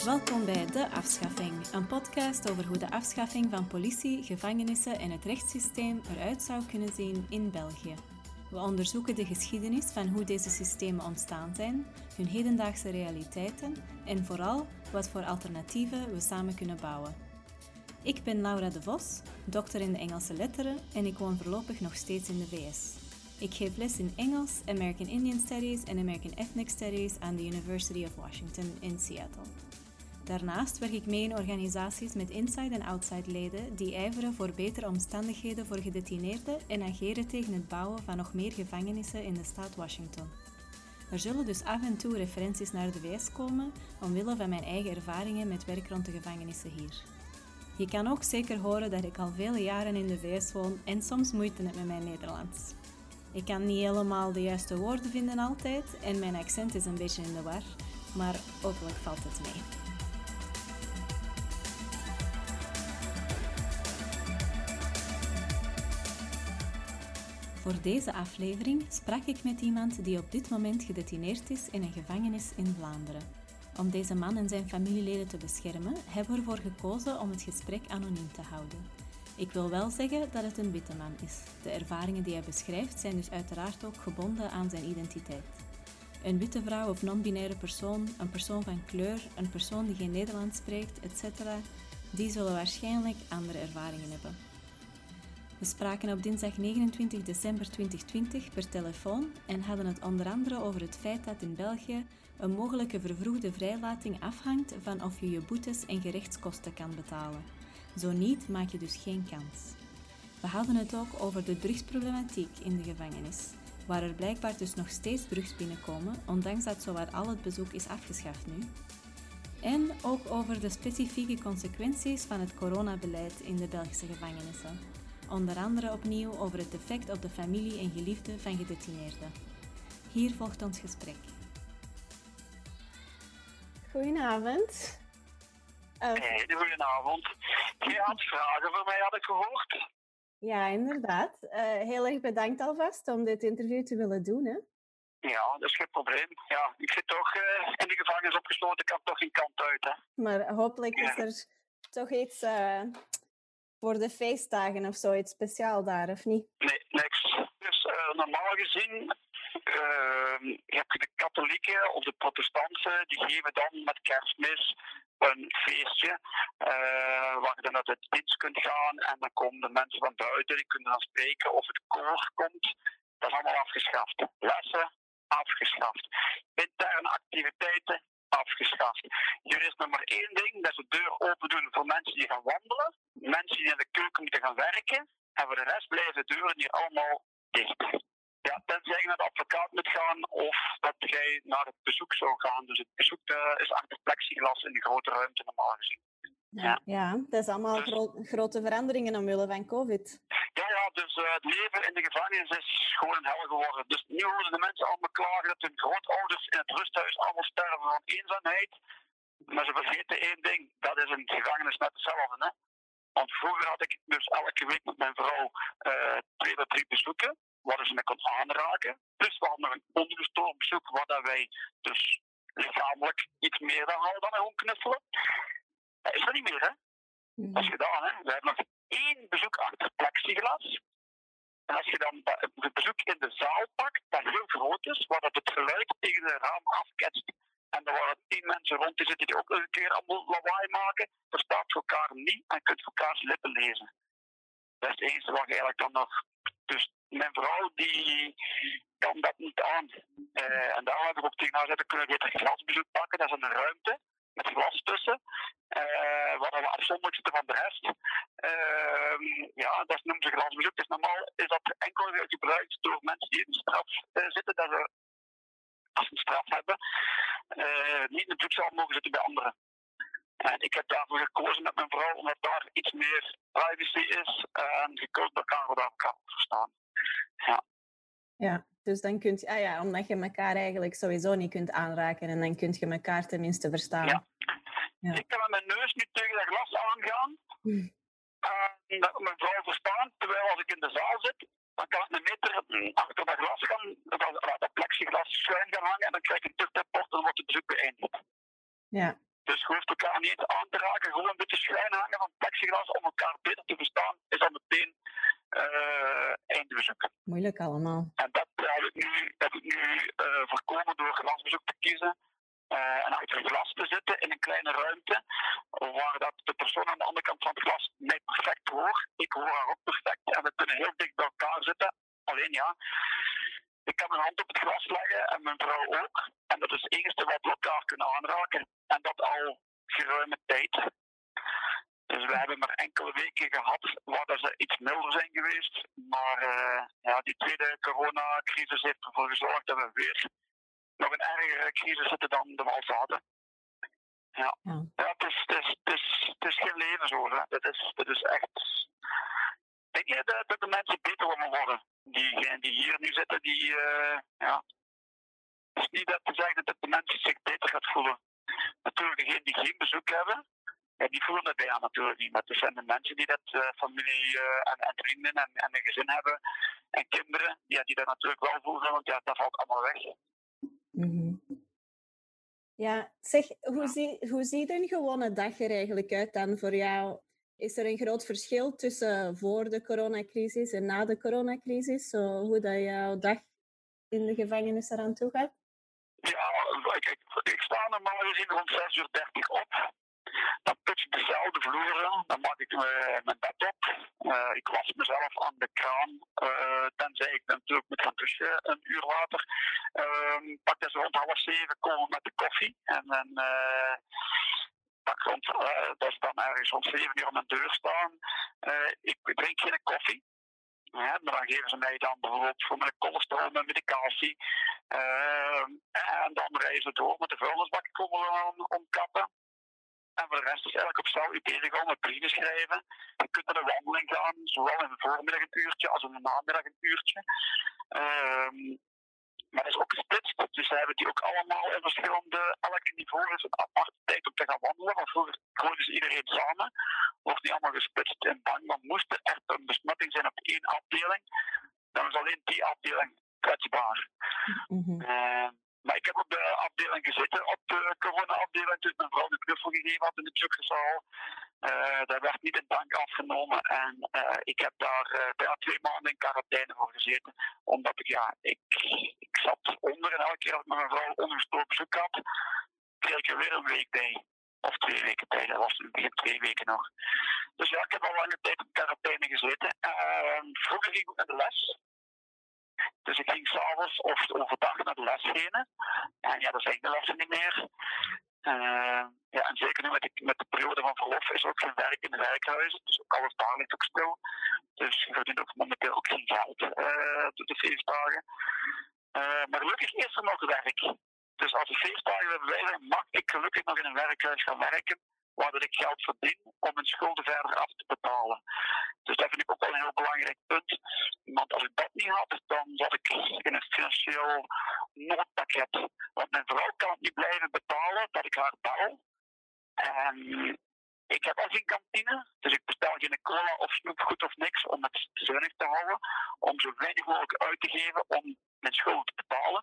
Welkom bij De Afschaffing, een podcast over hoe de afschaffing van politie, gevangenissen en het rechtssysteem eruit zou kunnen zien in België. We onderzoeken de geschiedenis van hoe deze systemen ontstaan zijn, hun hedendaagse realiteiten en vooral wat voor alternatieven we samen kunnen bouwen. Ik ben Laura de Vos, dokter in de Engelse letteren en ik woon voorlopig nog steeds in de VS. Ik geef les in Engels, American Indian Studies en American Ethnic Studies aan de University of Washington in Seattle. Daarnaast werk ik mee in organisaties met inside- en outside-leden die ijveren voor betere omstandigheden voor gedetineerden en ageren tegen het bouwen van nog meer gevangenissen in de staat Washington. Er zullen dus af en toe referenties naar de VS komen, omwille van mijn eigen ervaringen met werk rond de gevangenissen hier. Je kan ook zeker horen dat ik al vele jaren in de VS woon en soms moeite heb met mijn Nederlands. Ik kan niet helemaal de juiste woorden vinden altijd en mijn accent is een beetje in de war, maar hopelijk valt het mee. Voor deze aflevering sprak ik met iemand die op dit moment gedetineerd is in een gevangenis in Vlaanderen. Om deze man en zijn familieleden te beschermen, hebben we ervoor gekozen om het gesprek anoniem te houden. Ik wil wel zeggen dat het een witte man is. De ervaringen die hij beschrijft zijn dus uiteraard ook gebonden aan zijn identiteit. Een witte vrouw of non-binaire persoon, een persoon van kleur, een persoon die geen Nederlands spreekt, etc., die zullen waarschijnlijk andere ervaringen hebben. We spraken op dinsdag 29 december 2020 per telefoon en hadden het onder andere over het feit dat in België een mogelijke vervroegde vrijlating afhangt van of je je boetes en gerechtskosten kan betalen. Zo niet, maak je dus geen kans. We hadden het ook over de drugsproblematiek in de gevangenis, waar er blijkbaar dus nog steeds drugs binnenkomen, ondanks dat zowat al het bezoek is afgeschaft nu. En ook over de specifieke consequenties van het coronabeleid in de Belgische gevangenissen. Onder andere opnieuw over het effect op de familie en geliefden van gedetineerden. Hier volgt ons gesprek. Goedenavond. Goedenavond. Je had vragen voor mij, had ik gehoord. Ja, inderdaad. Heel erg bedankt alvast om dit interview te willen doen. Hè? Ja, dat is geen probleem. Ja, ik zit toch in de gevangenis opgesloten, ik kan toch geen kant uit. Hè. Maar hopelijk is er toch iets voor de feestdagen of zo, iets speciaal daar, of niet? Nee, niks. Dus normaal gezien, je hebt de katholieken of de protestanten, die geven dan met kerstmis een feestje waar je dan naar de dienst kunt gaan en dan komen de mensen van buiten, die kunnen dan spreken of het koor komt. Dat is allemaal afgeschaft. Lessen, afgeschaft. Interne activiteiten, afgeschaft. Hier is nog maar één ding, dat is de deur open doen voor mensen die gaan wandelen, mensen die in de keuken moeten gaan werken en voor de rest blijven de deuren hier allemaal dicht. Ja, tenzij je naar de advocaat moet gaan of dat jij naar het bezoek zou gaan. Dus het bezoek is achter plexiglas in de grote ruimte normaal gezien. Ja, dat is allemaal grote veranderingen omwille van COVID. Ja, dus het leven in de gevangenis is gewoon een hel geworden. Dus nu horen de mensen allemaal klagen dat hun grootouders in het rusthuis allemaal sterven van eenzaamheid. Maar ze vergeten één ding, dat is een gevangenis net hetzelfde. Hè? Want vroeger had ik dus elke week met mijn vrouw 2 tot 3 bezoeken, waar ze me kon aanraken. Plus we hadden nog een ondergestoord bezoek, waar wij dus lichamelijk iets meer dan hadden dan gewoon knuffelen. Dat is er niet meer, hè? Dat is gedaan, hè? We hebben nog 1 bezoek achter plexiglas. En als je dan het bezoek in de zaal pakt, dat heel groot is, waar dat het geluid tegen de ramen afketst, en er waren 10 mensen rond die zitten die ook nog een keer allemaal lawaai maken, verstaat je elkaar niet en kunt elkaars lippen lezen. Dat is het enige wat je eigenlijk dan nog... Dus mijn vrouw, die kan dat niet aan. En daar heb ik ook tegen haar gezegd, kunnen we beter glasbezoek pakken, dat is een ruimte met glas tussen, waar we afzonderlijk zitten van de rest. Ja, dat noemen ze glasbezoek. Dus normaal is dat enkel gebruikt door mensen die in straf zitten, dat ze, als ze een straf hebben, niet in de bloedzaal mogen zitten bij anderen. En ik heb daarvoor gekozen met mijn vrouw, omdat daar iets meer privacy is en gekozen elkaar voor elkaar verstaan. Ja. Ja, dus dan kun je, omdat je elkaar eigenlijk sowieso niet kunt aanraken en dan kun je elkaar tenminste verstaan. Ja. Ja. Ik kan met mijn neus nu tegen dat glas aangaan en dat mijn vrouw verstaan, terwijl als ik in de zaal zit, dan kan ik een meter achter dat glas gaan, dat plexiglas schuin gaan hangen en dan krijg ik een terugteport en dan wordt het bezoek beëindigd. Ja. Dus je hoeft elkaar niet aan te raken, gewoon een beetje schuin hangen van plexiglas om elkaar beter te verstaan, is dan meteen eindbezoek. Moeilijk allemaal. En dat heb ik nu voorkomen door glasbezoek te kiezen. En achter glas te zitten in een kleine ruimte, waar dat de persoon aan de andere kant van het glas mij perfect hoort. Ik hoor haar ook perfect en we kunnen heel dicht bij elkaar zitten. Alleen ja, ik kan mijn hand op het glas leggen en mijn vrouw ook. En dat is het enige wat we elkaar kunnen aanraken. En dat al geruime tijd. Dus we hebben maar enkele weken gehad waar dat ze iets milder zijn geweest. Maar die tweede coronacrisis heeft ervoor gezorgd dat we weer nog een ergere crisis zitten dan de we al hadden. Ja, het is geen leven zo. Hè. Dat is echt. Ik denk dat de mensen beter willen worden. Die hier nu zitten, het is niet dat te zeggen dat de mensen zich beter gaat voelen. Natuurlijk, degenen die geen bezoek hebben, die voelen het bij aan natuurlijk niet. Maar het zijn de mensen die dat familie en vrienden en een gezin hebben en kinderen, die dat natuurlijk wel voelen, want dat valt allemaal weg. Mm-hmm. Ja, zeg, hoe ziet een gewone dag er eigenlijk uit dan voor jou? Is er een groot verschil tussen voor de coronacrisis en na de coronacrisis? Hoe dat jouw dag in de gevangenis eraan toe gaat? Ja, ik sta normaal gezien rond 6:30 op. Dan put ik dezelfde vloeren, dan maak ik mijn bed op. Ik was mezelf aan de kraan, tenzij ik natuurlijk moet gaan douchen een uur later. Pak dus rond 6:30 komen met de koffie. En dan dat is dan ergens rond 7 uur aan mijn deur staan. Ik drink geen koffie. Ja, maar dan geven ze mij dan bijvoorbeeld voor mijn cholesterol met medicatie. En dan reizen we door met de vuilnisbak komen we omkappen. En voor de rest is eigenlijk op cel je bezig om met brieven schrijven. Je kunt naar de wandeling gaan, zowel in de voormiddag een uurtje als in de namiddag een uurtje. Maar dat is ook gesplitst, dus ze hebben die ook allemaal in verschillende, elke niveau is een aparte tijd om te gaan wandelen. Want vroeger gooiden ze iedereen samen, wordt niet allemaal gesplitst in bang. Dan moest er echt een besmetting zijn op één afdeling, dan is alleen die afdeling kwetsbaar. Mm-hmm. Maar ik heb op de afdeling gezeten, op de corona-afdeling, toen mijn vrouw de knuffel gegeven had in de bezoekerszaal. Daar werd niet in dank afgenomen en ik heb daar bijna 2 maanden in quarantaine voor gezeten. Omdat ik zat onder en elke keer als ik met mijn vrouw ongestoord bezoek had, kreeg ik er weer een week bij. Of 2 weken bij, dat was in het begin 2 weken nog. Dus ja, ik heb al lange tijd in quarantaine gezeten. Vroeger ging ik naar de les. Dus ik ging s'avonds of overdag naar de les heen. En ja, dat zijn de lessen niet meer. En zeker nu met de periode van verlof is er ook geen werk in de werkhuizen. Dus ook alles daar ligt ook stil. Dus je verdient ook momenteel ook geen geld door de feestdagen. Maar gelukkig is er nog werk. Dus als de feestdagen weer voorbij zijn, mag ik gelukkig nog in een werkhuis gaan werken. Waar ik geld verdien om mijn schulden verder af te betalen. Dus dat vind ik ook wel een heel belangrijk punt. Want als ik dat niet had, dan zat ik in een financieel noodpakket. Want mijn vrouw kan het niet blijven betalen dat ik haar bel. En ik heb al geen kantine, dus ik bestel geen cola of snoepgoed of niks om het zuinig te houden. Om zo weinig mogelijk uit te geven om mijn schulden te betalen.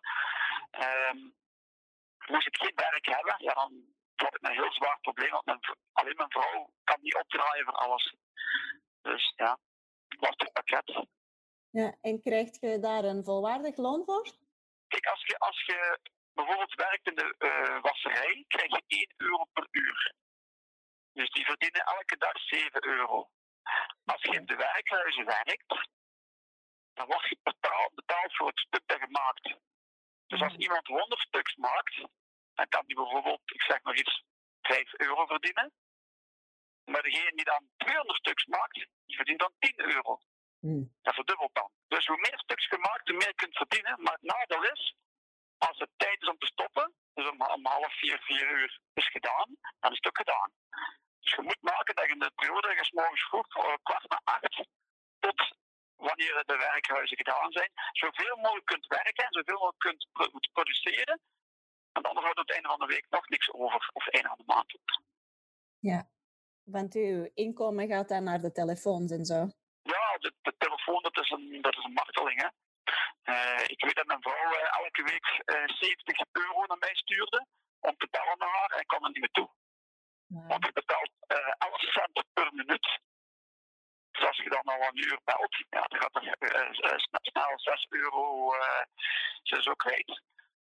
Moest ik geen werk hebben, ja, dan had ik een heel zwaar probleem. Want alleen mijn vrouw kan niet opdraaien voor alles. Dus ja, lastig pakket. Ja, en krijg je daar een volwaardig loon voor? Kijk, als je bijvoorbeeld werkt in de wasserij, krijg je 1 euro per uur. Dus die verdienen elke dag 7 euro. Als je in de werkhuizen werkt, dan word je betaald voor het stuk dat je maakt. Dus als iemand 100 stuks maakt, dan kan die bijvoorbeeld, ik zeg maar iets, 5 euro verdienen. Maar degene die dan 200 stuks maakt, die verdient dan 10 euro. Dat verdubbelt dan. Dus hoe meer stuks je maakt, hoe meer je kunt verdienen. Maar het nadeel is, als het tijd is om te stoppen, dus om 3:30, 4 uur is gedaan, dan is het ook gedaan. Dus je moet maken dat je in de periode, dat je 's morgens vroeg, 7:15 tot wanneer de werkhuizen gedaan zijn, zoveel mogelijk kunt werken en zoveel mogelijk kunt produceren. En dan houdt het einde van de week nog niks over, of einde van de maand. Ja, want uw inkomen gaat dan naar de telefoons en zo. Ja, de telefoon, dat is een marteling, hè. Ik weet dat mijn vrouw elke week 70 euro naar mij stuurde om te bellen naar haar en ik kwam er niet meer toe. Wow. Want je betaalt 11 cent per minuut. Dus als je dan al een uur belt, ja, dan gaat er snel 6 euro zo kwijt.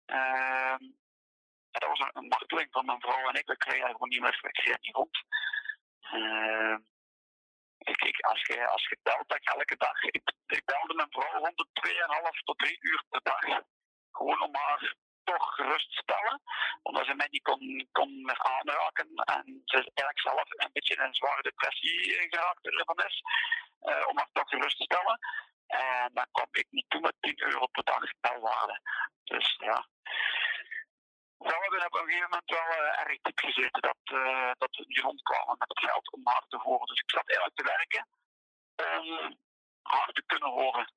Dat was een marteling van mijn vrouw en ik. We kregen gewoon niet meer, ik kreeg niet rond. Als je telt dat elke dag, ik belde mijn vrouw rond de 2,5 tot 3 uur per dag. Gewoon om haar toch gerust te stellen. Omdat ze mij niet kon meer aanraken. En ze is eigenlijk zelf een beetje in een zware depressie geraakt ervan is. Om haar toch gerust te stellen. En dan kwam ik niet toe met 10 euro per dag belwaarde. Dus ja. We hebben op een gegeven moment wel erg diep gezeten dat we niet rondkwamen met het geld om haar te horen. Dus ik zat eigenlijk te werken om haar te kunnen horen.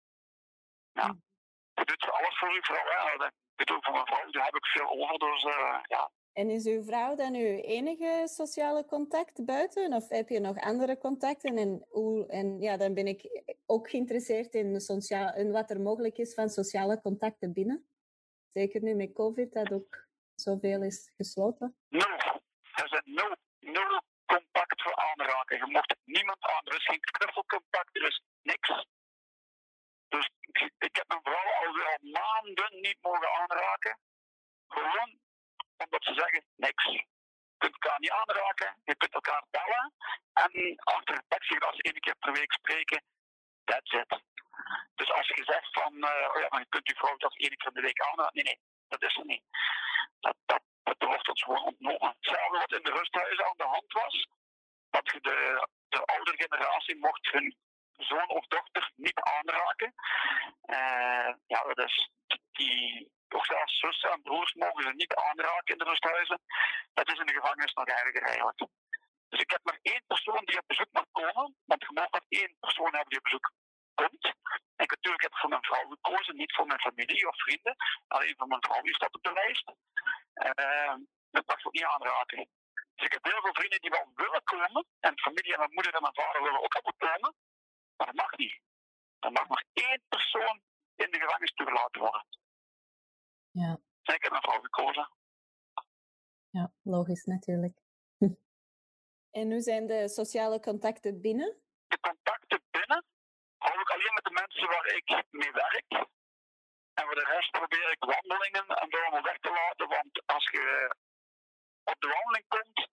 Ja. Je doet alles voor uw vrouw, hè. Dat doet ook voor mijn vrouw, daar heb ik veel over. Dus, ja. En is uw vrouw dan uw enige sociale contact buiten? Of heb je nog andere contacten? En ja, dan ben ik ook geïnteresseerd in wat er mogelijk is van sociale contacten binnen. Zeker nu met COVID, dat ook zoveel is gesloten. Nul. Er zijn nul contact voor aanraken. Je mocht niemand aan. Er is geen knuffelcontact, er is niks. Dus ik heb mijn vrouw al maanden niet mogen aanraken. Gewoon omdat ze zeggen, niks. Je kunt elkaar niet aanraken, je kunt elkaar bellen. En achter het plexiglas 1 keer per week spreken. That's it. Dus als je zegt van, oh ja, maar je kunt je vrouw toch 1 keer in de week aanraken. Nee, dat is er niet. Dat wordt ons gewoon ontnomen. Hetzelfde wat in de rusthuizen aan de hand was. Dat je de oudere generatie mocht hun zoon of dochter niet aanraken. Ja, dat is toch zelfs zussen en broers mogen ze niet aanraken in de rusthuizen. Dat is in de gevangenis nog erger eigenlijk. Dus ik heb maar 1 persoon die op bezoek mag komen, want je mag maar 1 persoon hebben die op bezoek komt. En natuurlijk heb ik voor mijn vrouw gekozen, niet voor mijn familie of vrienden. Alleen voor mijn vrouw die staat op de lijst. Dat mag ik ook niet aanraken. Dus ik heb heel veel vrienden die wel willen komen. En familie en mijn moeder en mijn vader willen ook allemaal komen. Maar dat mag niet. Er mag maar 1 persoon in de gevangenis toegelaten worden. Ja. En ik heb mijn vrouw gekozen. Ja, logisch natuurlijk. En hoe zijn de sociale contacten binnen? De contacten binnen hou ik alleen met de mensen waar ik mee werk. En voor de rest probeer ik wandelingen en door allemaal weg te laten. Want als je op de wandeling komt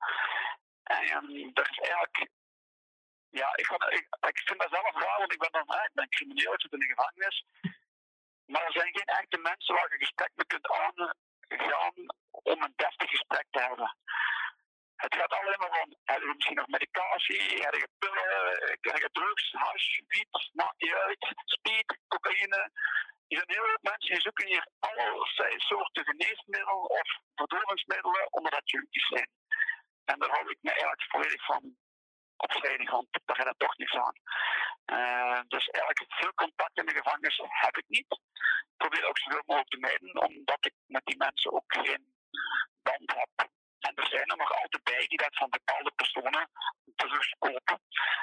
en er is eigenlijk... Ja, ik vind dat zelf raar, want ik ben crimineel, ik zit in de gevangenis. Maar er zijn geen echte mensen waar je gesprek mee kunt aangaan om een deftig gesprek te hebben. Het gaat alleen maar van, heb je misschien nog medicatie, heb je pillen, heb je drugs, hash, wiet, maakt niet uit, speed, cocaïne. Er zijn heel veel mensen die zoeken hier allerlei soorten geneesmiddelen of verdovingsmiddelen, omdat dat junkies zijn. En daar hou ik me eigenlijk volledig van opzijdig, want daar gaat het toch niks aan. Dus eigenlijk veel contact in de gevangenis heb ik niet. Ik probeer ook zoveel mogelijk te mijden, omdat ik met die mensen ook geen band heb. En er zijn er nog altijd bij die dat van bepaalde personen terugkopen.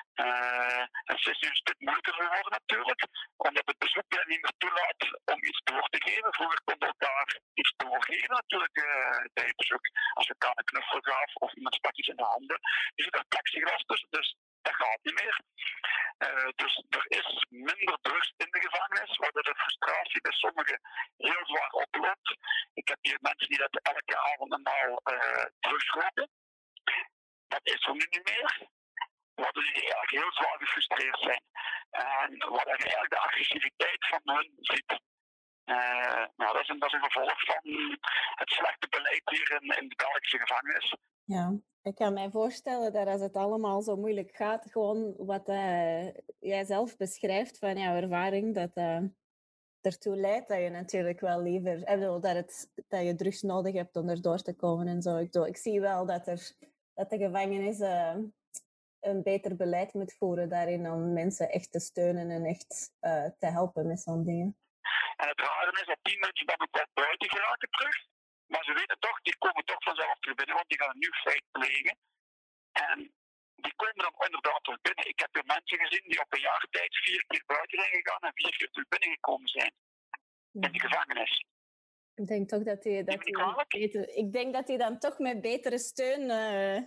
Het is nu een stuk moeilijker geworden natuurlijk, omdat het bezoek niet meer toelaat om iets door te geven. Vroeger kon je elkaar iets doorgeven natuurlijk bij het bezoek. Als je elkaar een knuffel gaf of iemand stak iets in de handen, is er plexiglas tussen, dus dat gaat niet meer. Dus er is minder drugs in de gevangenis, waardoor de frustratie bij sommigen heel zwaar oploopt. Ik heb hier mensen die dat elke avond en maal terugroepen. Dat is er nu niet meer. Waardoor die eigenlijk heel zwaar gefrustreerd zijn. En waar je eigenlijk de agressiviteit van hun ziet. Nou, dat is een gevolg van het slechte beleid hier in de Belgische gevangenis. Ja, ik kan mij voorstellen dat als het allemaal zo moeilijk gaat, gewoon wat jij zelf beschrijft van jouw ervaring, dat ertoe leidt dat je natuurlijk wel liever... dat je drugs nodig hebt om er door te komen en zo. Ik zie wel dat de gevangenis een beter beleid moet voeren daarin om mensen echt te steunen en echt te helpen met zo'n dingen. En het rare is dat die mensen dan ook wel buiten geraken terug. Maar ze weten toch, die komen toch vanzelf terug binnen, want die gaan een nieuw feit plegen. En die komen dan inderdaad terug binnen. Ik heb er mensen gezien die op een jaar tijd 4 keer buiten zijn gegaan en 4 keer terug binnengekomen zijn. In de gevangenis. Ik denk toch dat hij dan toch met betere steun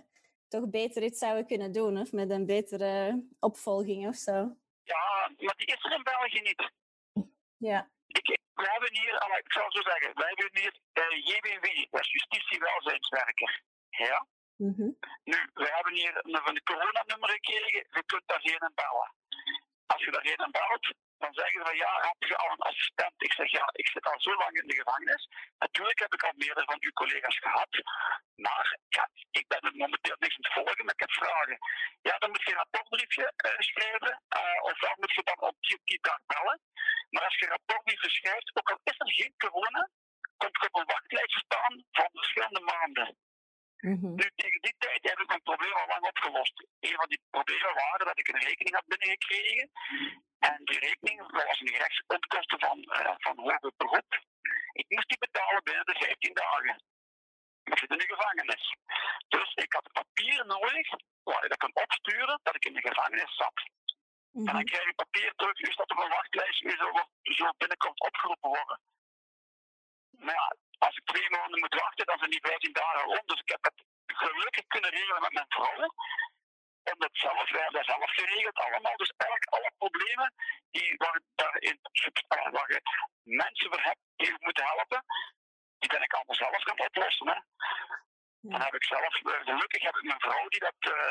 toch beter iets zouden kunnen doen, of met een betere opvolging of zo. Ja, maar die is er in België niet. Ja. We hebben hier, ik zal zo zeggen, we hebben hier JWW, dat is justitie-welzijnswerker. Ja? Mm-hmm. Nu, we hebben hier van de coronanummer gekregen, je kunt daarheen bellen. Als je daarheen belt, dan zeggen ze van ja, heb je al een assistent? Ik zeg ja, ik zit al zo lang in de gevangenis. Natuurlijk heb ik al meerdere van uw collega's gehad. Maar ja, ik ben momenteel niks aan het volgen, maar ik heb vragen. Ja, dan moet je een rapportbriefje schrijven. Ofwel moet je dan op die dag bellen. Maar als je een rapportbriefje schrijft, ook al is er geen corona, komt je op een wachtlijstje staan van verschillende maanden. Mm-hmm. Nu, tegen die tijd heb ik mijn probleem al lang opgelost. Een van die problemen waren dat ik een rekening had binnengekregen. En die rekening was een gerechtsonkosten van hoger beroep. Ik moest die betalen binnen de 15 dagen. Ik zit in de gevangenis. Dus ik had papier nodig waar ik dat kan opsturen dat ik in de gevangenis zat. Mm-hmm. En dan krijg je papier terug, u staat op een wachtlijst, u zo binnenkort opgeroepen worden. Maar ja, als ik 2 maanden moet wachten, dan zijn die 15 dagen rond. Dus ik heb het gelukkig kunnen regelen met mijn vrouw. Omdat we hebben dat zelf geregeld allemaal. Dus eigenlijk alle problemen waar je mensen voor hebt die je moeten helpen, die ben ik allemaal zelf gaan oplossen. Hè. Ja. Dan heb ik zelf, gelukkig heb ik mijn vrouw die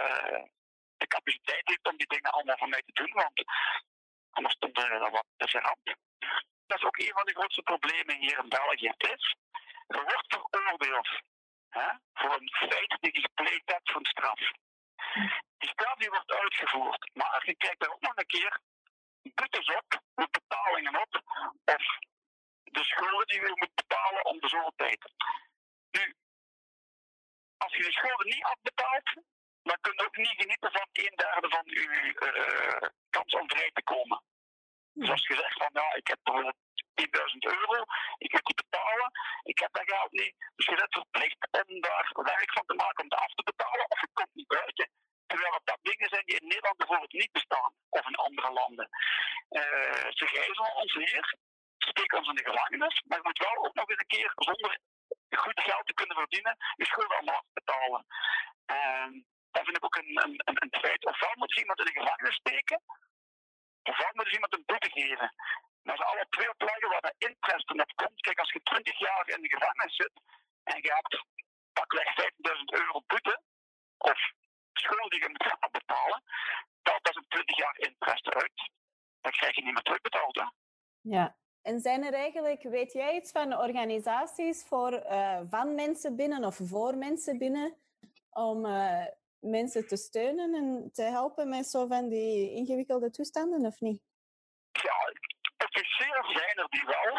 de capaciteit heeft om die dingen allemaal voor mij te doen. Want anders stond er wat tussen ramp. Dat is ook een van de grootste problemen hier in België. Is, je wordt veroordeeld voor een feit die je gepleegd hebt voor een straf. Die straf die wordt uitgevoerd, maar je kijkt er ook nog een keer boetes op, met betalingen op, of de schulden die je moet betalen om de zoveel tijd. Nu, als je de schulden niet afbetaalt, dan kun je ook niet genieten van 1/3 van je kans om vrij te komen. Dus als je zegt van ja, ik heb bijvoorbeeld 10.000 euro, ik moet die betalen, ik heb dat geld niet, dus je bent verplicht om daar werk van te maken om dat af te betalen, of je komt niet buiten. Terwijl dat dingen zijn die in Nederland bijvoorbeeld niet bestaan, of in andere landen. Ze gijzelen ons hier, steken ons in de gevangenis, maar je moet wel ook nog eens een keer zonder goed geld te kunnen verdienen, je schulden allemaal afbetalen. Dat vind ik ook een feit. Ofwel moet je iemand in de gevangenis steken, ofwel moet je iemand een boete geven. Maar ze alle twee opleggen waar de interesse op komt. Kijk, als je 20 jaar in de gevangenis zit en je hebt pakweg 15.000 euro boete, of schuld die je moet gaan betalen, dat is een 20 jaar interesse uit. Dat krijg je niet meer terugbetaald. Hè? Ja. En zijn er eigenlijk, weet jij iets van organisaties van mensen binnen of voor mensen binnen om mensen te steunen en te helpen met zo van die ingewikkelde toestanden of niet? Ja, officieel zijn er die wel.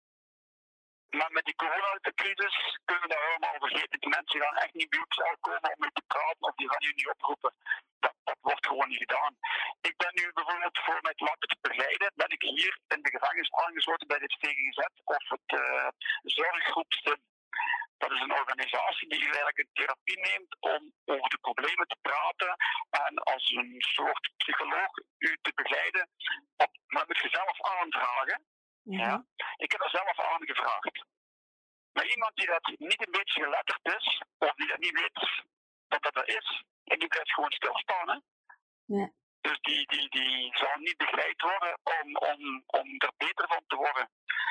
Maar met die coronacrisis kunnen we dat helemaal vergeten. Die mensen gaan echt niet bij op cel komen om mee te praten of die gaan je niet oproepen. Dat wordt gewoon niet gedaan. Ik ben nu bijvoorbeeld voor met laten te begeleiden, ben ik hier in de gevangenis aangesloten bij dit VGZ of het zorggroep STIM. Dat is een organisatie die eigenlijk een therapie neemt om over de problemen te praten en als een soort psycholoog u te begeleiden. Maar moet je zelf aanvragen. Mm-hmm. Ja? Ik heb er zelf aangevraagd. Maar iemand die dat niet een beetje geletterd is, of die dat niet weet wat dat is, en die blijft gewoon stilstaan. Hè? Ja. Dus die zal niet begeleid worden om er beter van te worden.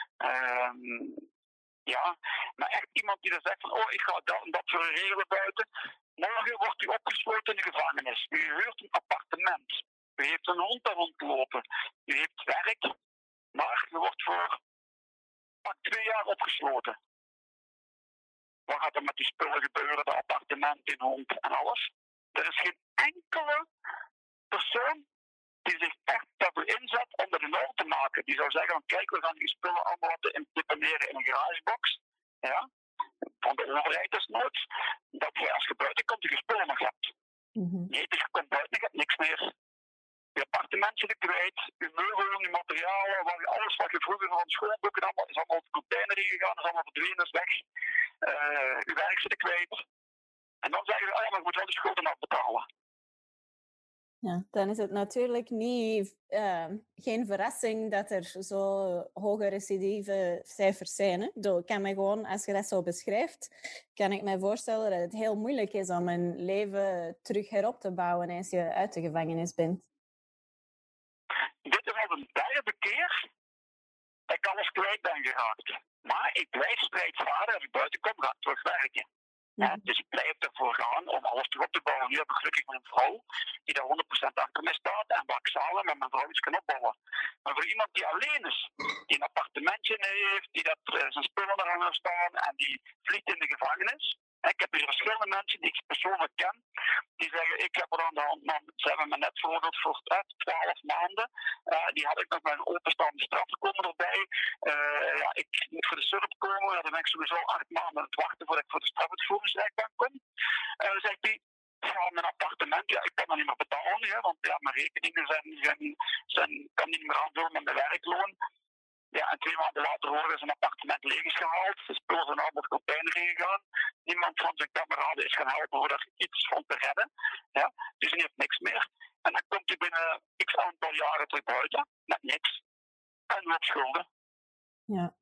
Ja, maar echt iemand die dan zegt van, oh, ik ga dat en dat voor regelen buiten. Morgen wordt u opgesloten in de gevangenis. U huurt een appartement. U heeft een hond daar rondlopen. U heeft werk. Maar u wordt voor 2 jaar opgesloten. Wat gaat er met die spullen gebeuren, de appartement, in hond en alles? Er is geen enkele persoon die zich echt daarvoor inzet om dat in orde te maken. Die zou zeggen, kijk, we gaan die spullen allemaal laten deponeren in een garagebox. Ja? Van de overheid desnoods. Dat je als je buiten komt, je spullen nog hebt. Mm-hmm. Nee, dus je komt buiten, je hebt niks meer. Je appartement zit kwijt, je meubelen, je materialen, alles wat je vroeger van schoolboeken allemaal, is allemaal op de container ingegaan, is allemaal verdwenen, is weg. Je werk zit kwijt. En dan zeggen ze, oh ja, maar je moet wel de schulden afbetalen. Ja, dan is het natuurlijk niet, geen verrassing dat er zo hoge recidive cijfers zijn. Hè? Ik kan me gewoon, als je dat zo beschrijft, kan ik me voorstellen dat het heel moeilijk is om een leven terug herop te bouwen als je uit de gevangenis bent. Dit is al de derde keer dat ik alles kwijt ben geraakt. Maar ik blijf strijdvaardig. Als ik buiten kom, ga ik terug werken. Ja, dus ik blijf ervoor gaan om alles terug op te bouwen. Nu heb ik gelukkig een vrouw die daar 100% achter me staat en waar ik samen met mijn vrouw iets kan opbouwen. Maar voor iemand die alleen is, die een appartementje heeft, die dat, zijn spullen er aan staan en die vliegt in de gevangenis. Ik heb hier verschillende mensen die ik persoonlijk ken, die zeggen, ik heb er aan de hand, man, ze hebben me net veroordeeld voor 12 maanden. Die had ik nog met een openstaande strafgekomen erbij. Ja, ik moet voor de SURP komen, dan ben ik sowieso 8 maanden aan het wachten voordat ik voor de strafuitvoeringsrechtbank kom. Dan zegt hij, ja, mijn appartement, ja, ik kan dat niet meer betalen, hè, want ja, mijn rekeningen kan niet meer aanvullen met mijn werkloon. Ja, en 2 maanden later horen zijn appartement leeg is gehaald. De spullen zijn allemaal op container gegaan. Niemand van zijn kameraden is gaan helpen om er iets van te redden. Ja, dus hij heeft niks meer. En dan komt hij binnen x aantal jaren terug buiten met niks. En met schulden. Ja.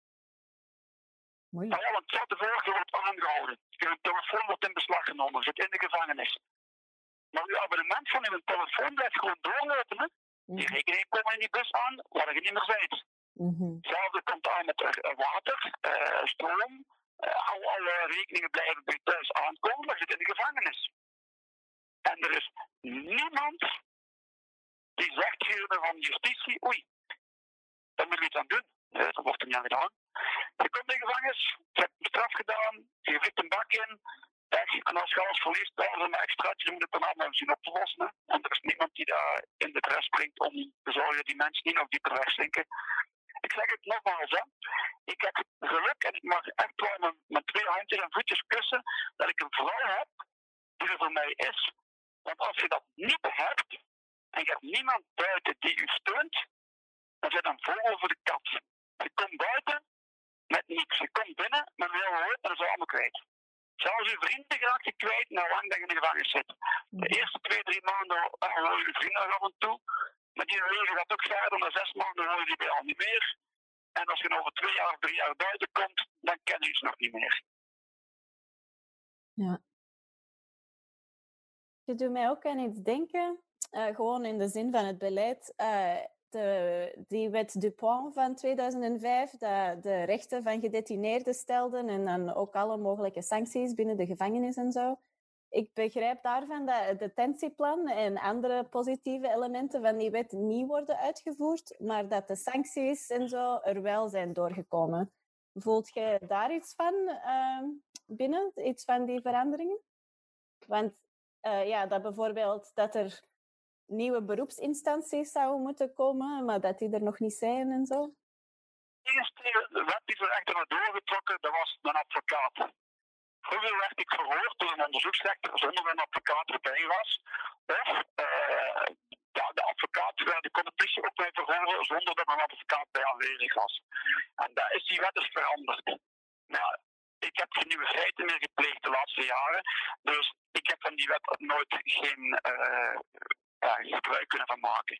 Moeilijk. Nou ja, want van tevoren wordt aangehouden. Je telefoon wordt in beslag genomen. Zit in de gevangenis. Maar uw abonnement van uw telefoon blijft gewoon doorlopen. Hè? Die rekeningen komen in die bus aan waar je niet meer bent. Hetzelfde komt aan met water, stroom. Alle rekeningen blijven bij thuis aankomen, maar je zit in de gevangenis. En er is niemand die zegt hier van justitie, oei, daar moet je iets aan doen. Dat wordt er niet aan gedaan. Je komt in de gevangenis, je hebt een straf gedaan, je vliegt een bak in, weg. En als je alles verliest, dan is er een extraatje, dan moet het dan allemaal zien op te lossen. Hè. En er is niemand die daar in de dress springt om te zorgen dat die mensen niet nog dieper wegzinken. Ik zeg het nogmaals, hè. Ik heb geluk en ik mag echt wel met 2 handjes en voetjes kussen dat ik een vrouw heb die er voor mij is. Want als je dat niet hebt en je hebt niemand buiten die u steunt, dan zit een vogel voor de kat. Je komt buiten met niks. Je komt binnen met een heel hoop en dan is het allemaal kwijt. Zelfs uw vrienden raakt je kwijt na lang dat je in de gevangenis zit. De eerste 2-3 maanden hoor je je vrienden nog af en toe. Maar die leven gaat ook verder. Na 6 maanden hoor je die bij al niet meer. En als je over 2 jaar of 3 jaar buiten komt, dan kennen je ze nog niet meer. Ja. Je doet mij ook aan iets denken, gewoon in de zin van het beleid. Die wet Dupont van 2005, dat de rechten van gedetineerden stelden en dan ook alle mogelijke sancties binnen de gevangenis en zo. Ik begrijp daarvan dat het detentieplan en andere positieve elementen van die wet niet worden uitgevoerd, maar dat de sancties en zo er wel zijn doorgekomen. Voelt jij daar iets van binnen, iets van die veranderingen? Want ja, dat bijvoorbeeld dat er nieuwe beroepsinstanties zouden moeten komen, maar dat die er nog niet zijn en zo. De eerste wet die er echt naar doorgetrokken, dat was een advocaat. Vroeger werd ik verhoord door een onderzoeksrechter zonder dat een advocaat erbij was. Of de advocaat, die kon de politie ook bij verhoren zonder dat een advocaat bij aanwezig was. En daar is die wet dus veranderd. Nou, ik heb geen nieuwe feiten meer gepleegd de laatste jaren. Dus ik heb van die wet nooit geen gebruik kunnen van maken.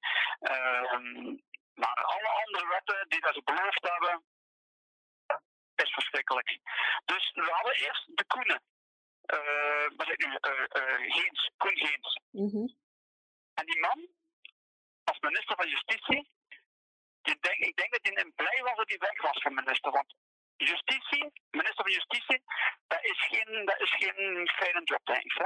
Maar alle andere wetten die dat ze beloofd hebben, is verschrikkelijk. Dus we hadden eerst de Koenen. Wat zeg ik nu? Koen Geens. En die man, als minister van Justitie, ik denk dat hij blij was dat hij weg was van minister. Want minister van Justitie, dat is geen fijne job, denk ik. Hè?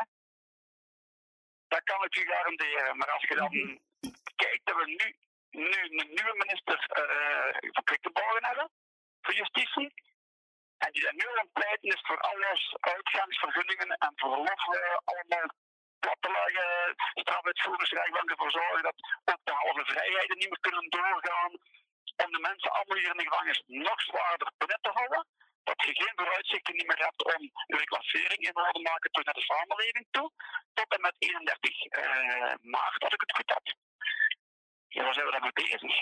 Dat kan ik u garanderen. Maar als je dan kijkt dat we nu een nieuwe minister van Quickenborgen hebben, voor Justitie, en die daar nu aan het pleiten is voor alles, uitgangsvergunningen en verlof allemaal plat te leggen, strafuitvoeringsrechtbank ervoor zorgen dat ook de halve vrijheden niet meer kunnen doorgaan, om de mensen allemaal hier in de gevangenis nog zwaarder binnen te houden, dat je geen vooruitzichten niet meer hebt om je reclassering in orde te maken terug naar de samenleving toe, tot en met 31 maart, als ik het goed heb. Ja, waar zijn we daarmee bezig?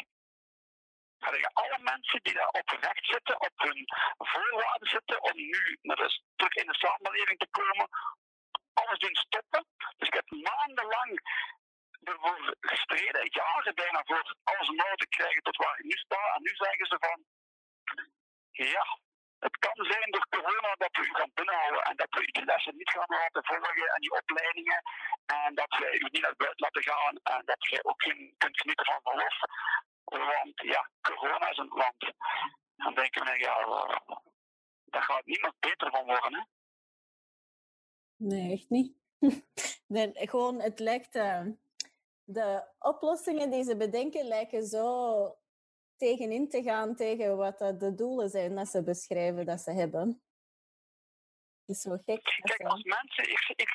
Alle mensen die daar op recht zitten, op hun voorwaarden zitten om nu terug in de samenleving te komen, alles doen stoppen. Dus ik heb maandenlang ervoor gestreden, jaren bijna, voor alles omhoog te krijgen tot waar ik nu sta. En nu zeggen ze van, ja, het kan zijn door corona dat we u gaan binnenhouden en dat we u die lessen niet gaan laten volgen en die opleidingen en dat wij u niet naar buiten laten gaan en dat jij ook geen kunt genieten van verlof. Want ja, corona is een land. Dan denken we, ja, daar gaat niemand beter van worden, hè? Nee, echt niet. Gewoon, het lijkt... de oplossingen die ze bedenken lijken zo tegenin te gaan tegen wat de doelen zijn dat ze beschrijven dat ze hebben. Het is zo gek. Kijk, als mensen...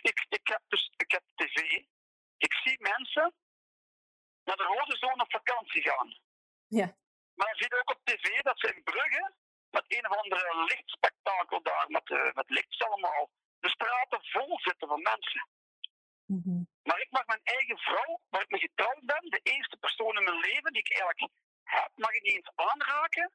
Ik heb tv. Ik zie mensen naar de rode zone op vakantie gaan. Ja. Maar je ziet ook op tv dat ze in Brugge met een of andere lichtspektakel daar, met licht allemaal, de straten vol zitten van mensen. Mm-hmm. Maar ik mag mijn eigen vrouw, waar ik mee getrouwd ben, de eerste persoon in mijn leven die ik eigenlijk heb, mag ik niet eens aanraken.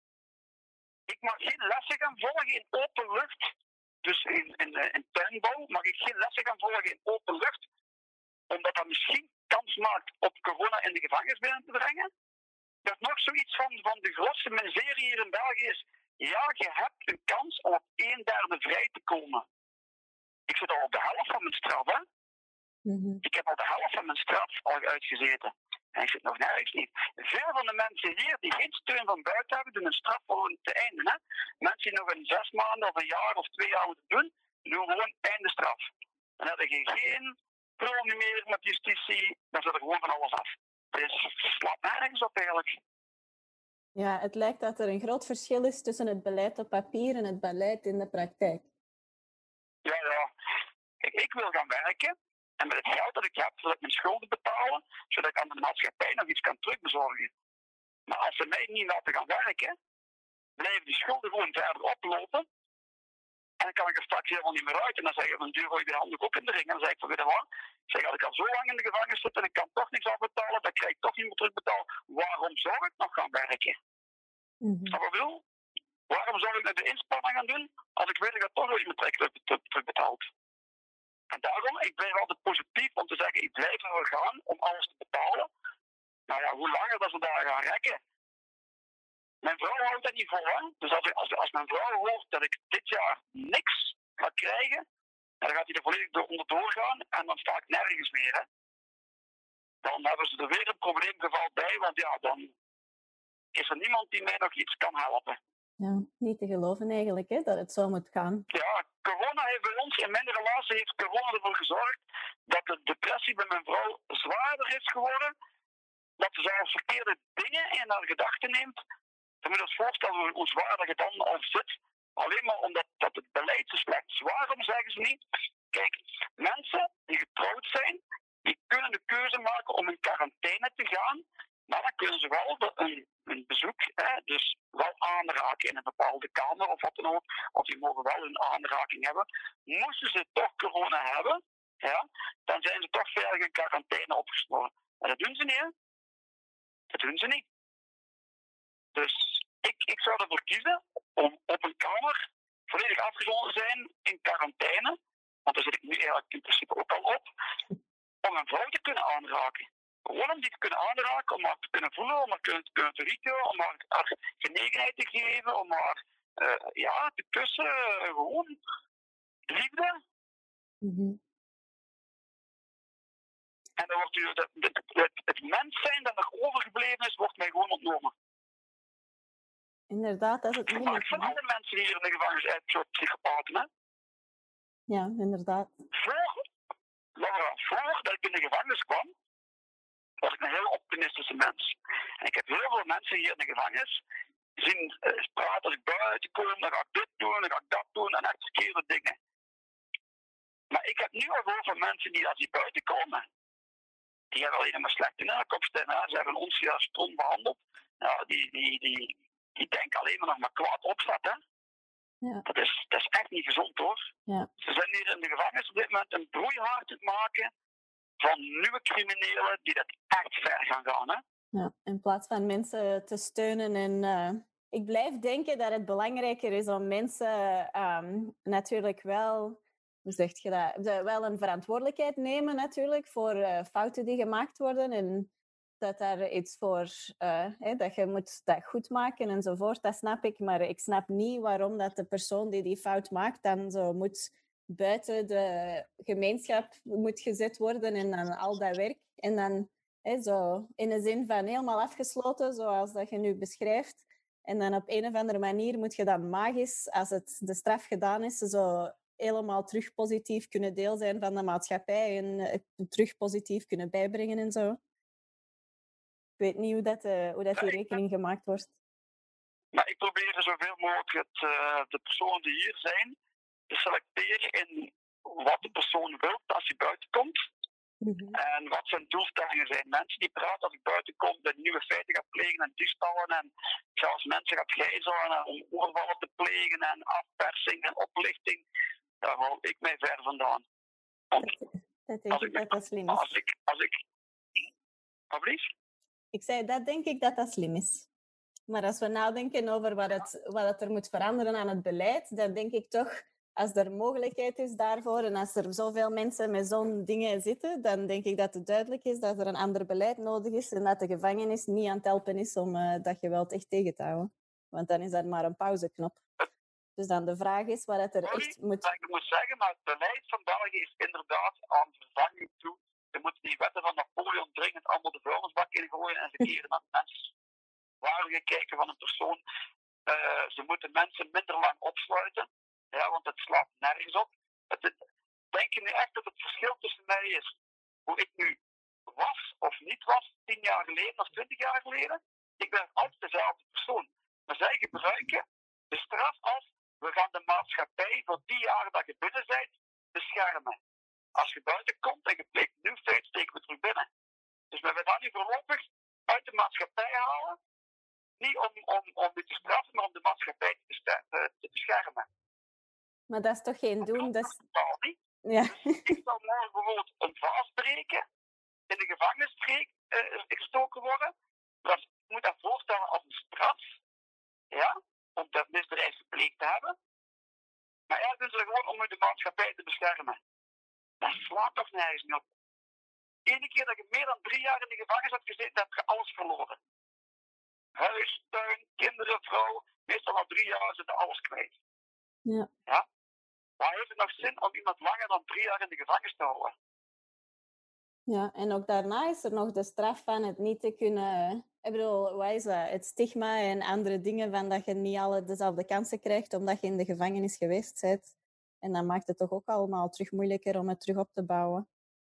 Ik mag geen lessen gaan volgen in open lucht. Dus in tuinbouw mag ik geen lessen gaan volgen in open lucht. Omdat dat misschien kans maakt op corona in de gevangenis binnen te brengen. Dat is nog zoiets van de grootste miserie hier in België is. Ja, je hebt een kans om op 1/3 vrij te komen. Ik zit al op de helft van mijn straf, hè. Mm-hmm. Ik heb al de helft van mijn straf al uitgezeten. En ik zit nog nergens niet. Veel van de mensen hier die geen steun van buiten hebben, doen een straf gewoon te einde. Hè? Mensen die nog een 6 maanden of een jaar of 2 jaar moeten doen gewoon einde straf. Dan heb je geen problemen meer met justitie, dan zit er gewoon van alles af. Dus het slaat nergens op eigenlijk. Ja, het lijkt dat er een groot verschil is tussen het beleid op papier en het beleid in de praktijk. Ja. Ik wil gaan werken. En met het geld dat ik heb, wil ik mijn schulden betalen, zodat ik aan de maatschappij nog iets kan terugbezorgen. Maar als ze mij niet laten gaan werken, blijven die schulden gewoon verder oplopen. En dan kan ik er straks helemaal niet meer uit. En dan zeg je, van duur gooi je de handdoek ook in de ring. En dan zeg ik van, weet je wat? Als ik al zo lang in de gevangenis zit en ik kan toch niks afbetalen, dan krijg ik toch niet meer terugbetaald. Waarom zou ik nog gaan werken? Mm-hmm. Snap je wat ik bedoel? Waarom zou ik met de inspanning gaan doen, als ik weet dat ik toch nog iemand terugbetaalt? En daarom, ik blijf altijd positief om te zeggen, ik blijf ervoor gaan om alles te betalen. Nou ja, hoe langer dat ze daar gaan rekken. Mijn vrouw houdt dat niet vol, hè. Dus als mijn vrouw hoort dat ik dit jaar niks ga krijgen, dan gaat hij er volledig onderdoor gaan en dan sta ik nergens meer, hè. Dan hebben ze er weer een probleemgeval bij, want ja, dan is er niemand die mij nog iets kan helpen. Ja, niet te geloven eigenlijk, hè, dat het zo moet gaan. Ja, corona heeft bij ons, in mijn relatie heeft corona ervoor gezorgd dat de depressie bij mijn vrouw zwaarder is geworden. Dat ze zelfs verkeerde dingen in haar gedachten neemt. Je moet je ons voorstellen hoe zwaar dat je dan al zit. Alleen maar omdat het beleid zo slecht is. Waarom zeggen ze niet? Kijk, mensen die getrouwd zijn, die kunnen de keuze maken om in quarantaine te gaan. Maar dan kunnen ze wel een bezoek, dus wel aanraken in een bepaalde kamer of wat dan ook. Of die mogen wel een aanraking hebben. Moesten ze toch corona hebben, ja, dan zijn ze toch veilig in quarantaine opgesloten. En dat doen ze niet, hè? Dat doen ze niet. Dus ik zou ervoor kiezen om op een kamer volledig afgezonderd te zijn in quarantaine. Want daar zit ik nu eigenlijk in principe ook al op. Om een vrouw te kunnen aanraken. Gewoon om die te kunnen aanraken, om haar te kunnen voelen, om haar te kunnen rieken, om haar genegenheid te geven, om haar te kussen. Gewoon liefde. Mm-hmm. En dan wordt het mens zijn dat nog overgebleven is, wordt mij gewoon ontnomen. Inderdaad, dat is het moeilijk. Van alle mensen hier in de gevangenis uit soort psychopaten, hè? Ja, inderdaad. Voordat ik in de gevangenis kwam, was ik een heel optimistische mens. En ik heb heel veel mensen hier in de gevangenis zien praten als ik buiten kom, dan ga ik dit doen, dan ga ik dat doen, en echt verkeerde dingen. Maar ik heb nu al over mensen die als die buiten komen, die hebben alleen maar slechte in hun kop staan. Ze hebben ons hier als stom behandeld. Nou, die denken alleen maar nog maar kwaad opzet, hè. Ja. Dat is echt niet gezond, hoor. Ja. Ze zijn hier in de gevangenis op dit moment een broeihaard te maken van nieuwe criminelen die dat echt ver gaan, hè. Ja, in plaats van mensen te steunen. En ik blijf denken dat het belangrijker is om mensen natuurlijk wel Hoe zeg je dat? Wel een verantwoordelijkheid nemen natuurlijk voor fouten die gemaakt worden en dat daar iets voor, dat je moet dat goed maken enzovoort, dat snap ik. Maar ik snap niet waarom dat de persoon die fout maakt dan zo moet buiten de gemeenschap moet gezet worden en dan al dat werk. En dan zo in de zin van helemaal afgesloten, zoals dat je nu beschrijft. En dan op een of andere manier moet je dan magisch, als het de straf gedaan is, zo helemaal terug positief kunnen deel zijn van de maatschappij en terug positief kunnen bijbrengen en zo. Ik weet niet hoe dat die rekening gemaakt wordt. Maar ik probeer zoveel mogelijk de personen die hier zijn te selecteren in wat de persoon wil als hij buiten komt. Mm-hmm. En wat zijn doelstellingen zijn. Mensen die praten als ik buiten kom, dat nieuwe feiten gaat plegen en diefstallen en zelfs mensen gaat gijzelen en om overvallen te plegen en afpersing en oplichting. Daar hou ik mij ver vandaan. Dat denk ik dat slim is. Ik zei, dat denk ik dat slim is. Maar als we nadenken over wat er moet veranderen aan het beleid, dan denk ik toch, als er mogelijkheid is daarvoor en als er zoveel mensen met zo'n dingen zitten, dan denk ik dat het duidelijk is dat er een ander beleid nodig is en dat de gevangenis niet aan het helpen is om dat geweld echt tegen te houden. Want dan is dat maar een pauzeknop. Dus dan de vraag is wat er echt moet... Ik moet zeggen, maar het beleid van België is inderdaad aan vervanging toe. Je moet die wetten van Napoleon dringend allemaal de vuilnisbak ingooien en ze keren naar mensen waardige kijken van een persoon. Ze moeten mensen minder lang opsluiten, ja, want het slaat nergens op. Denk je nu echt dat het verschil tussen mij is hoe ik nu was of niet was 10 jaar geleden of 20 jaar geleden? Ik ben altijd dezelfde persoon. Maar zij gebruiken de straf als we gaan de maatschappij voor die jaren dat je binnen bent beschermen. Als je buiten komt en je pleegt een nieuw feit, steken we terug binnen. Dus we gaan nu voorlopig uit de maatschappij halen. Niet om je te straffen, maar om de maatschappij te beschermen. Maar dat is toch geen doen? Dat is totaal niet. Ja. Dus ik zal morgen bijvoorbeeld een vaas breken, in de gevangenis gestoken worden. Dus je moet dat voorstellen als een straf, ja, om dat misdrijf gepleegd te hebben. Maar eigenlijk doen ze gewoon om de maatschappij te beschermen. Dat slaat toch nergens niet op. Eén keer dat je meer dan 3 jaar in de gevangenis hebt gezeten, heb je alles verloren. Huis, tuin, kinderen, vrouw, meestal al 3 jaar zitten alles kwijt. Ja? Maar heeft het nog zin om iemand langer dan 3 jaar in de gevangenis te houden? Ja, en ook daarna is er nog de straf van het niet te kunnen... Ik bedoel, wat is dat? Het stigma en andere dingen van dat je niet alle dezelfde kansen krijgt omdat je in de gevangenis geweest bent. En dan maakt het toch ook allemaal terug moeilijker om het terug op te bouwen.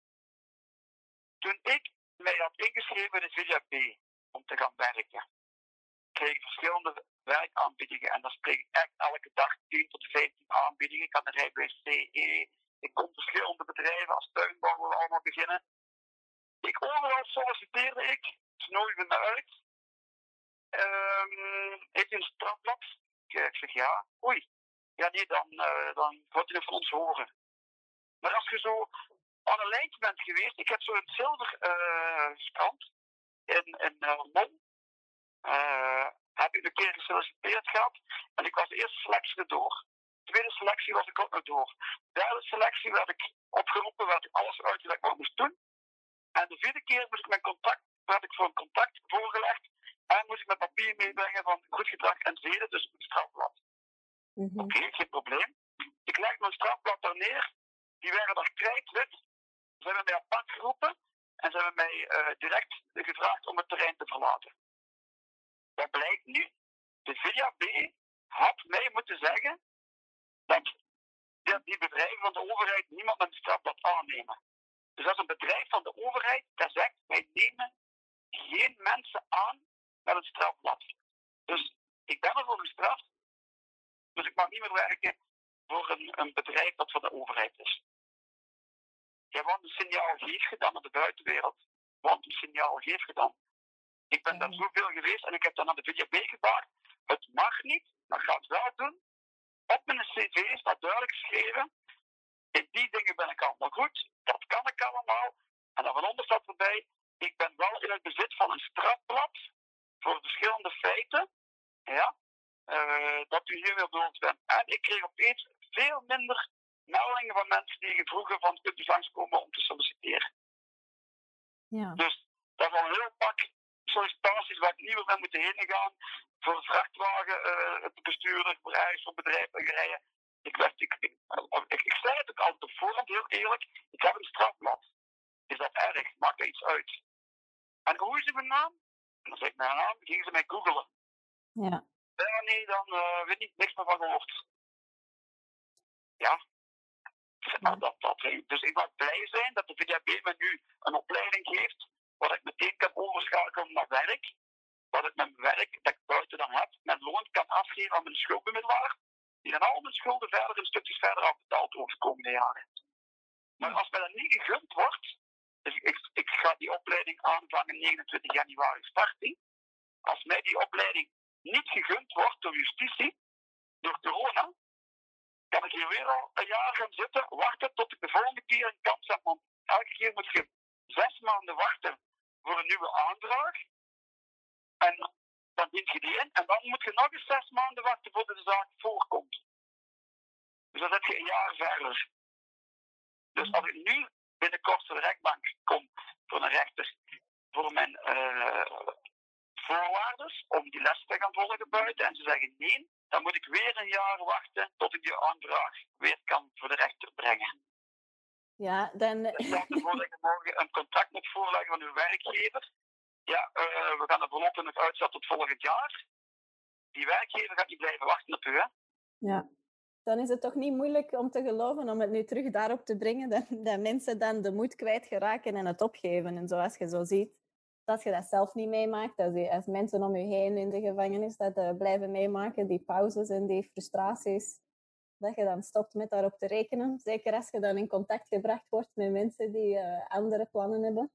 Toen ik mij had ingeschreven in de VJP om te gaan werken, kreeg ik verschillende werkaanbiedingen. En dan spreek ik echt elke dag 10 tot 15 aanbiedingen. Ik had een rijbewijs CE. Ik kon verschillende bedrijven als tuinbouwer allemaal beginnen. Overal solliciteerde ik. Ze nodigen me uit. Heeft u een strafblad? Ik zeg ja. Oei. Ja nee, dan gaat u het van ons horen. Maar als je zo aan een lijntje bent geweest, ik heb zo een zilver strand in Mol. Heb ik een keer gesolliciteerd gehad en ik was de eerste selectie erdoor. De tweede selectie was ik ook nog door. De derde selectie werd ik opgeroepen, werd ik alles uitgelegd wat ik moest doen. En de vierde keer werd ik voor een contact voorgelegd en moest ik mijn papier meebrengen van goed gedrag en zeden, dus een strafblad. Mm-hmm. Oké, geen probleem. Ik leg mijn strafblad daar neer, die werden daar krijtwit. Ze hebben mij apart geroepen en ze hebben mij direct gevraagd om het terrein te verlaten. Dat blijkt nu, de VJB had mij moeten zeggen dat die bedrijven van de overheid niemand met een strafblad aannemen. Dus als een bedrijf van de overheid dat zegt, wij nemen geen mensen aan met een strafblad. Dus ik ben ervoor gestraft, dus ik mag niet meer werken voor een bedrijf dat van de overheid is. Ja, wat een signaal geef je dan aan de buitenwereld? Wat een signaal geef je dan? Ik ben daar zoveel geweest en ik heb dan aan de VJB gebaard. Het mag niet, maar ik ga het wel doen. Op mijn cv staat duidelijk geschreven. In die dingen ben ik allemaal goed. Dat kan ik allemaal. En dan van onder staat erbij. Ik ben wel in het bezit van een strafblad. Voor verschillende feiten. Ja. Dat u hiermee bedoeld bent. En ik kreeg opeens veel minder meldingen van mensen die vroegen van kunt u langskomen om te solliciteren. Ja. Dus dat is al een heel pak sollicitaties waar ik niet meer ben moeten heen gaan. Voor een vrachtwagen, het bestuurder, voor reis, voor bedrijfsbedrijven. Ik zei het ook altijd op voorhand, heel eerlijk. Ik heb een strafblad. Is dat erg? Maakt er iets uit? En hoe is uw naam? En dan zeg ik mijn naam, gingen ze mij googelen. Ja. Ja, nee, dan weet ik niks meer van gehoord. Ja. Dus ik mag blij zijn dat de VDAB me nu een opleiding geeft, waar ik meteen kan overschakelen naar werk. Wat ik met mijn werk, dat ik buiten dan heb, mijn loon kan afgeven aan mijn schuldbemiddelaar, die dan al mijn schulden verder in stukjes verder afbetaald over de komende jaren. Maar als mij dat niet gegund wordt, dus ik ga die opleiding aanvangen 29 januari starting. Als mij die opleiding niet gegund wordt door justitie, door corona, kan ik hier weer al een jaar gaan zitten, wachten tot ik de volgende keer een kans heb. Want elke keer moet je 6 maanden wachten voor een nieuwe aanvraag. En dan dient je die in. En dan moet je nog eens 6 maanden wachten voordat de zaak voorkomt. Dus dan zit je een jaar verder. Dus als ik nu binnenkort voor de rechtbank kom, voor een rechter, voor mijn voorwaarden om die les te gaan volgen buiten, en ze zeggen nee, dan moet ik weer een jaar wachten tot ik die aanvraag weer kan voor de rechter brengen. Ja, dan... Dus stel ervoor dat je morgen een contract moet voorleggen van uw werkgever. Ja, we gaan de voorlopig nog uitzetten tot volgend jaar. Die werkgever gaat niet blijven wachten op u, hè? Ja. Dan is het toch niet moeilijk om te geloven om het nu terug daarop te brengen dat mensen dan de moed kwijtgeraken en het opgeven. En zoals je zo ziet, dat je dat zelf niet meemaakt, als mensen om je heen in de gevangenis dat blijven meemaken, die pauzes en die frustraties, dat je dan stopt met daarop te rekenen. Zeker als je dan in contact gebracht wordt met mensen die andere plannen hebben.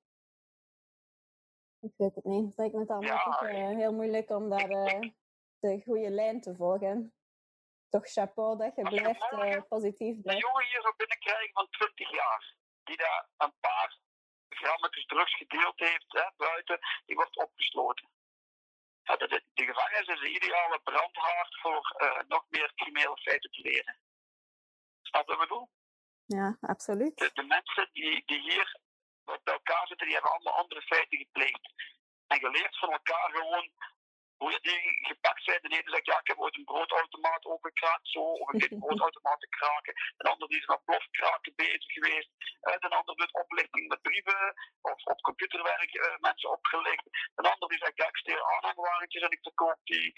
Ik weet het niet. Het lijkt me allemaal toch heel moeilijk om daar de goede lijn te volgen. Toch chapeau dat je blijft positief blijft. Een jongen hier zou binnenkrijgen van 20 jaar, die daar een paar grammetjes drugs gedeeld heeft, hè, buiten, die wordt opgesloten. Ja, de gevangenis is de ideale brandhaard voor nog meer criminele feiten te leren. Snap je wat ik bedoel? Ja, absoluut. De mensen die hier bij elkaar zitten, die hebben allemaal andere feiten gepleegd. En geleerd van elkaar gewoon hoe die gepakt zijn. De ene zegt, ja, ik heb ooit een broodautomaat opengekraakt, zo, of ik heb broodautomaat te kraken. De ander die is met plofkraken bezig geweest. De ander doet oplichting met brieven, of op computerwerk mensen opgelicht. De ander die zegt, ja, ik steel aanhangwagentjes en ik verkoop die.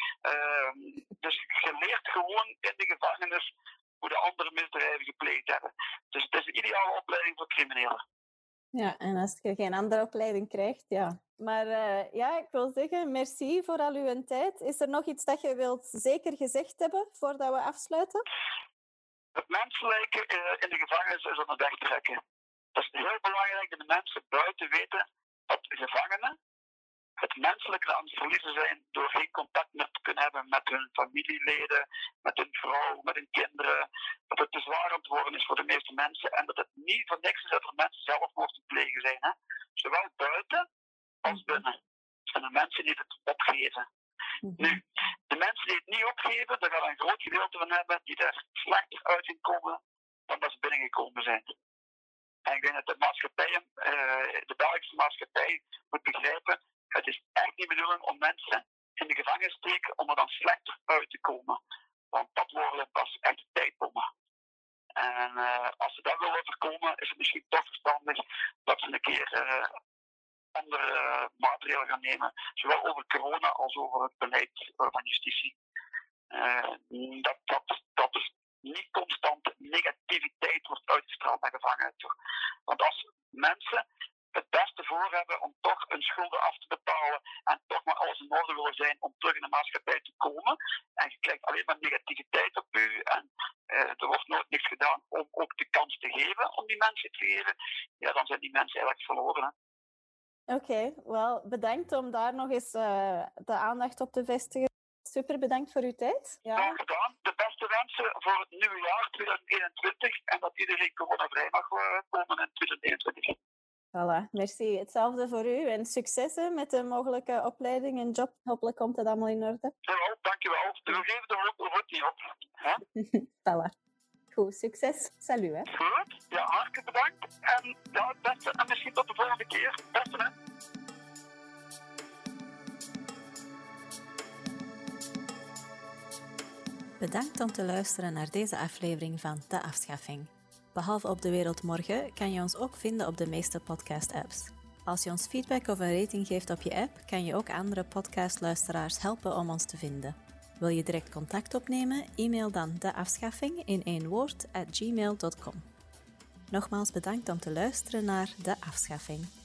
Dus je leert gewoon in de gevangenis hoe de andere misdrijven gepleegd hebben. Dus het is een ideale opleiding voor criminelen. Ja, en als je geen andere opleiding krijgt, ja. Maar ja, ik wil zeggen, merci voor al uw tijd. Is er nog iets dat je wilt zeker gezegd hebben voordat we afsluiten? Het menselijke in de gevangenis is aan het wegtrekken. Dat is heel belangrijk dat de mensen buiten weten dat gevangenen het menselijke aan het verliezen zijn door geen contact meer te kunnen hebben met hun familieleden, met hun vrouw, met hun kinderen. Dat het te zwaar aan het worden is voor de meeste mensen en dat het niet voor niks is dat er mensen zelfmoord te plegen zijn. Hè? Zowel buiten als binnen. Het zijn de mensen die het opgeven. Nu, de mensen die het niet opgeven, daar gaan we een groot gedeelte van hebben die er slechter uit zien komen dan dat ze binnengekomen zijn. En ik denk dat de maatschappij, de Belgische maatschappij moet begrijpen, het is echt niet de bedoeling om mensen in de gevangenis te steken om er dan slechter uit te komen. Want dat worden pas echt tijdbommen. En als ze dat willen voorkomen, is het misschien toch verstandig dat ze een keer andere maatregelen gaan nemen. Zowel over corona als over het beleid van justitie. Dat is niet constant negativiteit wordt uitgestraald naar gevangenen toe. Want als mensen het beste voor hebben om toch hun schulden af te betalen en toch maar alles in orde willen zijn om terug in de maatschappij te komen, en je krijgt alleen maar negativiteit op u en er wordt nooit niks gedaan om ook de kans te geven om die mensen te geven, ja, dan zijn die mensen eigenlijk verloren. Oké, wel bedankt om daar nog eens de aandacht op te vestigen. Super, bedankt voor uw tijd. Ja. Graag gedaan. De beste wensen voor het nieuwe jaar 2021 en dat iedereen coronavrij mag komen in 2021. Voilà, merci. Hetzelfde voor u en successen met de mogelijke opleiding en job. Hopelijk komt het allemaal in orde. Dankjewel. We geven de hoop niet op. Hè? Voilà. Goed, succes. Salut, hè. Goed, ja, hartelijk bedankt. En ja, het beste. En misschien tot de volgende keer. Beste, hè. Bedankt om te luisteren naar deze aflevering van De Afschaffing. Behalve op De Wereld Morgen kan je ons ook vinden op de meeste podcast-apps. Als je ons feedback of een rating geeft op je app, kan je ook andere podcastluisteraars helpen om ons te vinden. Wil je direct contact opnemen? E-mail dan deafschaffing in één woord @gmail.com. Nogmaals bedankt om te luisteren naar De Afschaffing.